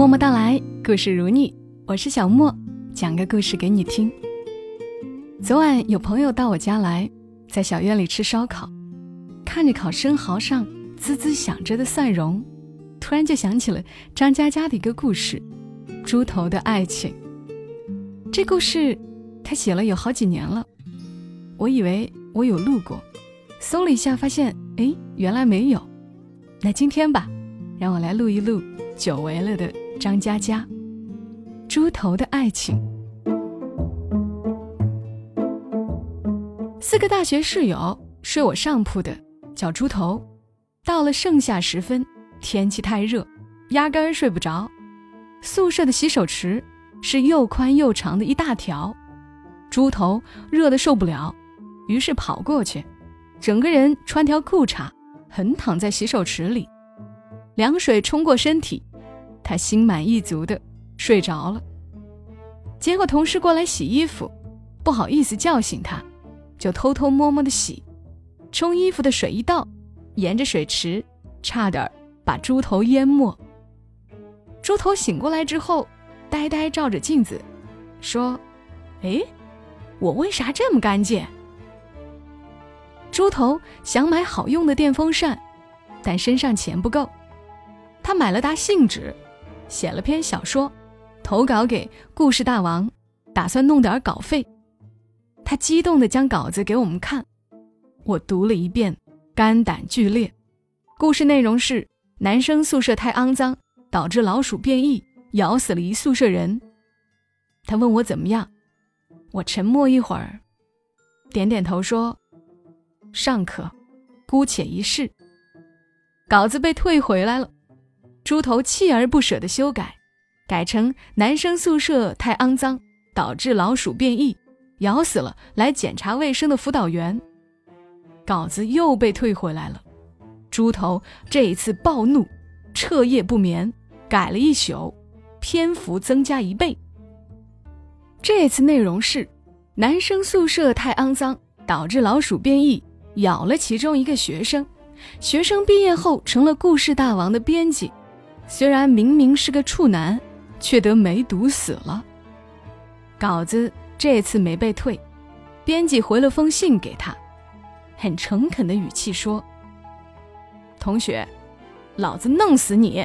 默默到来，故事如你，我是小莫，讲个故事给你听。昨晚有朋友到我家来，在小院里吃烧烤，看着烤生蚝上滋滋响着的蒜蓉，突然就想起了张嘉佳的一个故事《猪头的爱情》。这故事他写了有好几年了，我以为我有录过，搜了一下发现原来没有。那今天吧，让我来录一录久违了的张嘉佳《猪头的爱情》。4个大学室友，睡我上铺的叫猪头，到了盛夏时分，天气太热，压根儿睡不着。宿舍的洗手池是又宽又长的一大条，猪头热得受不了，于是跑过去，整个人穿条裤衩横躺在洗手池里，凉水冲过身体，他心满意足地睡着了。结果同事过来洗衣服，不好意思叫醒他，就偷偷摸摸地洗，冲衣服的水一倒，沿着水池差点把猪头淹没。猪头醒过来之后，呆呆照着镜子说，我为啥这么干净？猪头想买好用的电风扇，但身上钱不够，他买了沓信纸，写了篇小说，投稿给故事大王，打算弄点稿费。他激动地将稿子给我们看，我读了一遍，肝胆俱裂。故事内容是男生宿舍太肮脏，导致老鼠变异，咬死了一宿舍人。他问我怎么样，我沉默一会儿，点点头说尚可，姑且一试。稿子被退回来了，猪头锲而不舍地修改，改成男生宿舍太肮脏，导致老鼠变异，咬死了来检查卫生的辅导员。稿子又被退回来了，猪头这一次暴怒，彻夜不眠，改了一宿，篇幅增加1倍。这次内容是男生宿舍太肮脏，导致老鼠变异，咬了其中一个学生，学生毕业后成了故事大王的编辑，虽然明明是个处男，却得梅毒死了。稿子这次没被退，编辑回了封信给他，很诚恳的语气说，同学，老子弄死你。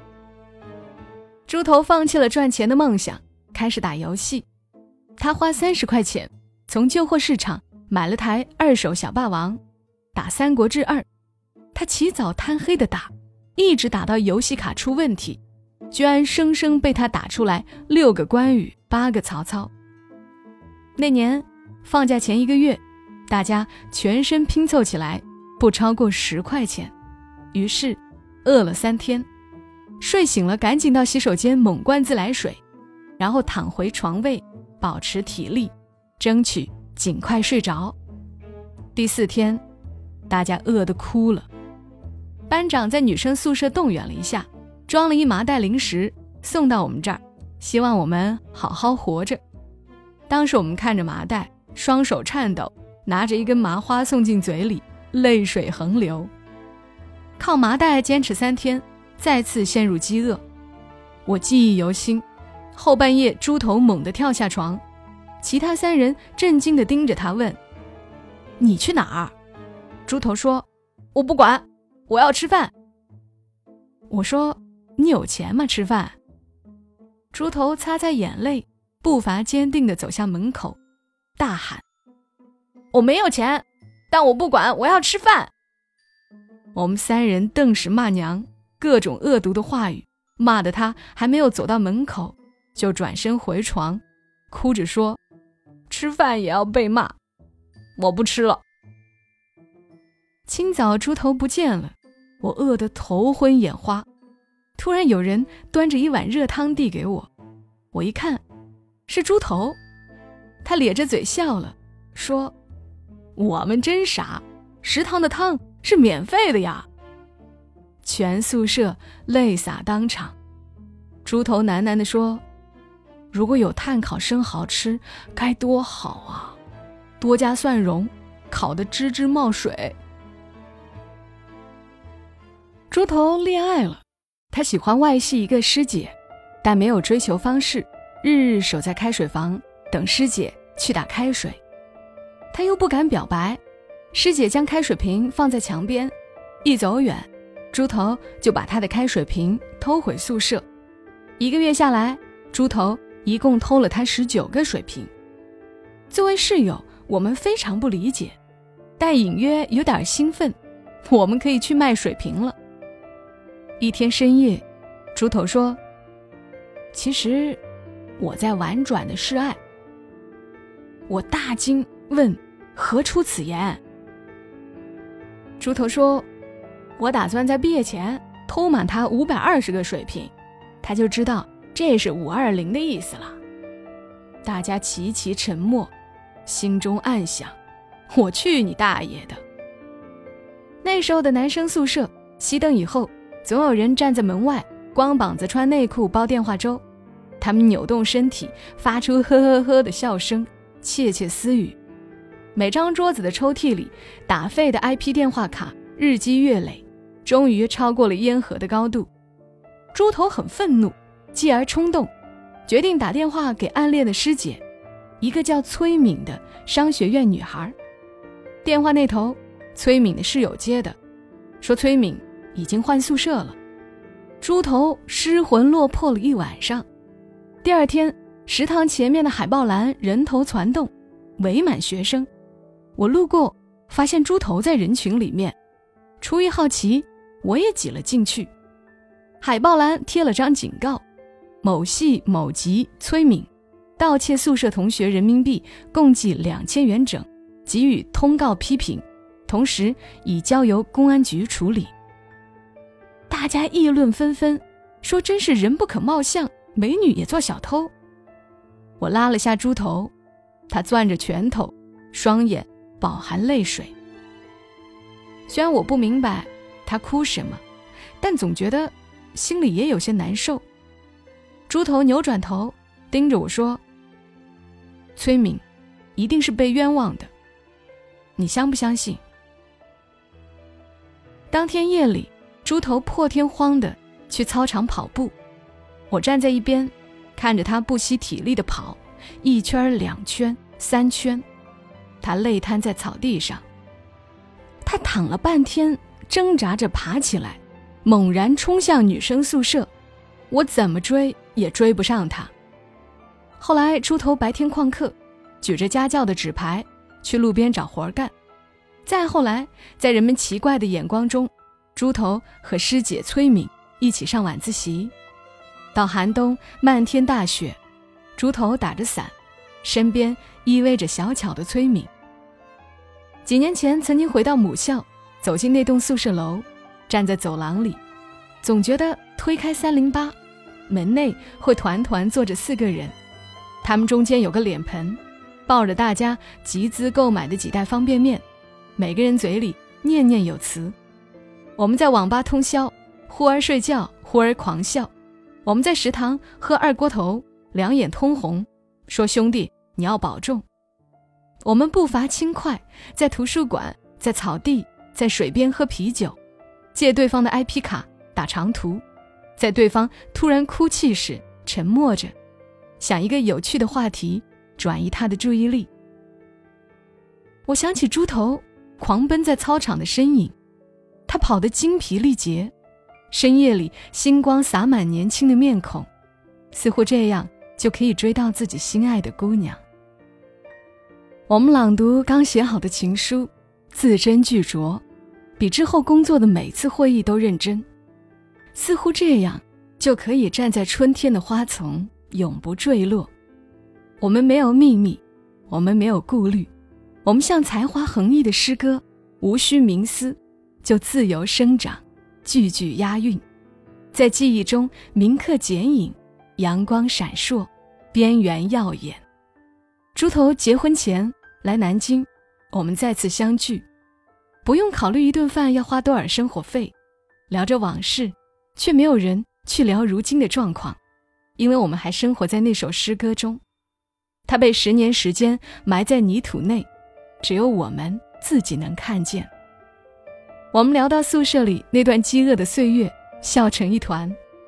猪头放弃了赚钱的梦想，开始打游戏。他花30块钱从旧货市场买了台2手小霸王，打三国志2，他起早贪黑的打，一直打到游戏卡出问题，居然生生被他打出来6个关羽8个曹操。那年放假前1个月，大家全身拼凑起来不超过10块钱，于是饿了3天，睡醒了赶紧到洗手间猛灌自来水，然后躺回床位保持体力，争取尽快睡着。第4天大家饿得哭了，班长在女生宿舍动员了一下，装了一麻袋零食送到我们这儿，希望我们好好活着。当时我们看着麻袋，双手颤抖，拿着一根麻花送进嘴里，泪水横流。靠麻袋坚持3天，再次陷入饥饿。我记忆犹新，后半夜猪头猛地跳下床，其他3人震惊地盯着他问，你去哪儿？猪头说，我不管，我要吃饭。我说，你有钱吗？吃饭？猪头擦擦眼泪，步伐坚定地走向门口，大喊，我没有钱，但我不管，我要吃饭。我们3人顿时骂娘，各种恶毒的话语，骂得他还没有走到门口就转身回床，哭着说，吃饭也要被骂，我不吃了。清早猪头不见了，我饿得头昏眼花，突然有人端着一碗热汤递给我，我一看是猪头，他咧着嘴笑了，说，我们真傻，食堂的汤是免费的呀。全宿舍泪洒当场。猪头喃喃地说，如果有炭烤生蚝吃该多好啊，多加蒜蓉，烤得吱吱冒水。猪头恋爱了，他喜欢外系一个师姐， 但没有追求方式，日日守在开水房等师姐去打开水。他又不敢表白，师姐将开水瓶放在墙边，一走远，猪头就把他的开水瓶偷回宿舍。1个月下来，猪头一共偷了他19个水瓶。作为室友，我们非常不理解，但隐约有点兴奋，我们可以去卖水瓶了。一天深夜，猪头说，其实我在婉转的示爱。我大惊，问何出此言？猪头说，我打算在毕业前偷满他520个水瓶，他就知道这是520的意思了。大家齐齐沉默，心中暗想，我去你大爷的。那时候的男生宿舍，熄灯以后，总有人站在门外，光膀子穿内裤煲电话粥。他们扭动身体，发出呵呵呵的笑声，窃窃私语。每张桌子的抽屉里，打废的 IP 电话卡日积月累，终于超过了烟盒的高度。猪头很愤怒，继而冲动，决定打电话给暗恋的师姐，一个叫崔敏的商学院女孩。电话那头，崔敏的室友接的，说崔敏已经换宿舍了。猪头失魂落魄了一晚上。第二天，食堂前面的海报栏人头攒动，围满学生。我路过，发现猪头在人群里面，出于好奇，我也挤了进去。海报栏贴了张警告，某系某级崔敏盗窃宿舍同学人民币共计2000元整，给予通告批评，同时已交由公安局处理。大家议论纷纷，说真是人不可貌相，美女也做小偷。我拉了下猪头，他攥着拳头，双眼饱含泪水。虽然我不明白他哭什么，但总觉得心里也有些难受。猪头扭转头盯着我说，崔敏一定是被冤枉的，你相不相信？当天夜里，猪头破天荒地去操场跑步，我站在一边，看着他不惜体力地跑，1圈、2圈、3圈，他累瘫在草地上。他躺了半天，挣扎着爬起来，猛然冲向女生宿舍，我怎么追也追不上他。后来猪头白天旷课，举着家教的纸牌去路边找活干。再后来，在人们奇怪的眼光中，猪头和师姐崔敏一起上晚自习。到寒冬，漫天大雪，猪头打着伞，身边依偎着小巧的崔敏。几年前曾经回到母校，走进那栋宿舍楼，站在走廊里，总觉得推开308，门内会团团坐着4个人，他们中间有个脸盆，抱着大家集资购买的几袋方便面，每个人嘴里念念有词。我们在网吧通宵，忽而睡觉，忽而狂笑。我们在食堂喝2锅头，两眼通红，说兄弟你要保重。我们步伐轻快，在图书馆，在草地，在水边喝啤酒，借对方的 IP 卡打长途，在对方突然哭泣时沉默着，想一个有趣的话题转移他的注意力。我想起猪头狂奔在操场的身影，他跑得精疲力竭，深夜里星光洒满年轻的面孔，似乎这样就可以追到自己心爱的姑娘。我们朗读刚写好的情书，字斟句酌，比之后工作的每次会议都认真，似乎这样就可以站在春天的花丛，永不坠落。我们没有秘密，我们没有顾虑，我们像才华横溢的诗歌，无需冥思就自由生长，句句押韵，在记忆中铭刻剪影，阳光闪烁，边缘耀眼。猪头结婚前来南京，我们再次相聚，不用考虑一顿饭要花多少生活费，聊着往事，却没有人去聊如今的状况，因为我们还生活在那首诗歌中。它被10年时间埋在泥土内，只有我们自己能看见。我们聊到宿舍里那段饥饿的岁月，笑成一团。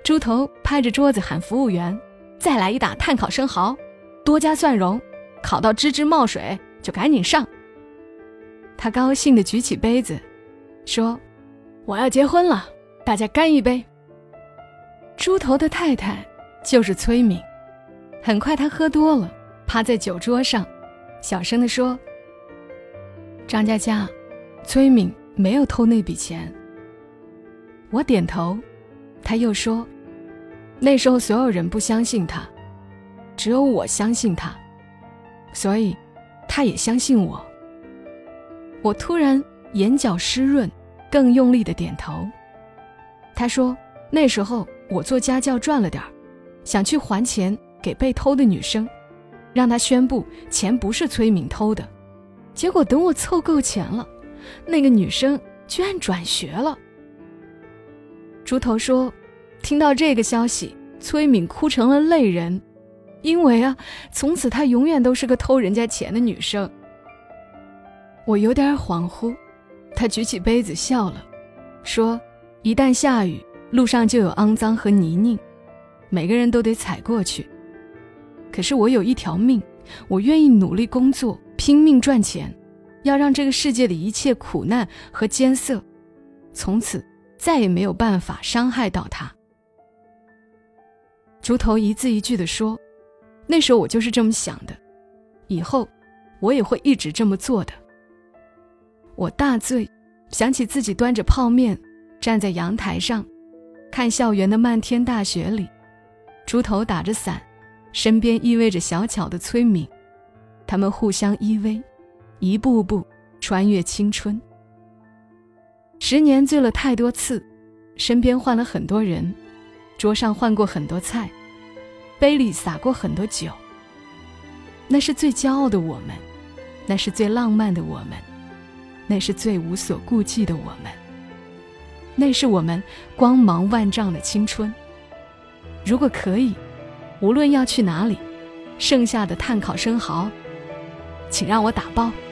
猪头拍着桌子喊服务员，再来一打炭烤生蚝，多加蒜蓉，烤到吱吱冒水就赶紧上。他高兴地举起杯子说，我要结婚了，大家干一杯。猪头的太太就是崔敏，很快他喝多了，趴在酒桌上小声地说，张佳佳，崔敏没有偷那笔钱。我点头，他又说，那时候所有人不相信他，只有我相信他，所以他也相信我。我突然眼角湿润，更用力地点头。他说，那时候我做家教赚了点，想去还钱给被偷的女生，让她宣布钱不是崔敏偷的。结果等我凑够钱了，那个女生居然转学了。猪头说，听到这个消息，崔敏哭成了泪人，因为从此她永远都是个偷人家钱的女生。我有点恍惚，他举起杯子笑了，说，一旦下雨，路上就有肮脏和泥泞，每个人都得踩过去。可是我有一条命，我愿意努力工作，拼命赚钱，要让这个世界的一切苦难和艰涩，从此再也没有办法伤害到他。猪头一字一句地说，那时候我就是这么想的，以后我也会一直这么做的。我大醉，想起自己端着泡面站在阳台上，看校园的漫天大雪里，猪头打着伞，身边依偎着小巧的崔敏，他们互相依偎，一步步穿越青春。10年醉了太多次，身边换了很多人，桌上换过很多菜，杯里洒过很多酒。那是最骄傲的我们，那是最浪漫的我们，那是最无所顾忌的我们，那是我们光芒万丈的青春。如果可以，无论要去哪里，剩下的炭烤生蚝请让我打包。